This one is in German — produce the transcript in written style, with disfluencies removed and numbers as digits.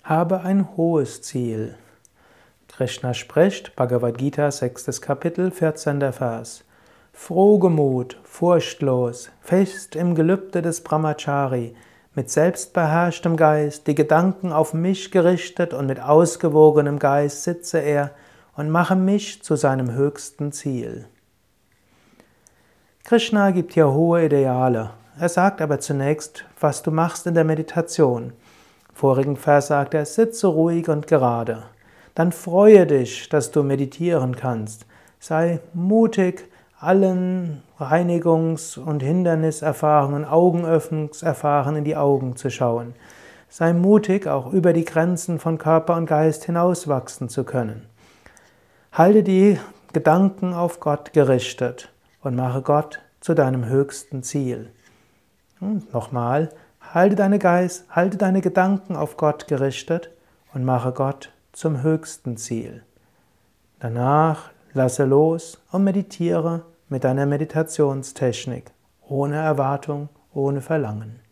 Habe ein hohes Ziel. Krishna spricht, Bhagavad Gita, 6. Kapitel, 14. Vers. Frohgemut, furchtlos, fest im Gelübde des Brahmachari, mit selbstbeherrschtem Geist, die Gedanken auf mich gerichtet und mit ausgewogenem Geist sitze er und mache mich zu seinem höchsten Ziel. Krishna gibt hier hohe Ideale. Er sagt aber zunächst, was du machst in der Meditation. Im vorigen Vers sagt er, sitze ruhig und gerade. Dann freue dich, dass du meditieren kannst. Sei mutig, allen Reinigungs- und Hinderniserfahrungen, Augenöffnungserfahrungen in die Augen zu schauen. Sei mutig, auch über die Grenzen von Körper und Geist hinauswachsen zu können. Halte die Gedanken auf Gott gerichtet und mache Gott zu deinem höchsten Ziel. Und nochmal, halte deine Gedanken auf Gott gerichtet und mache Gott zum höchsten Ziel. Danach lasse los und meditiere mit deiner Meditationstechnik, ohne Erwartung, ohne Verlangen.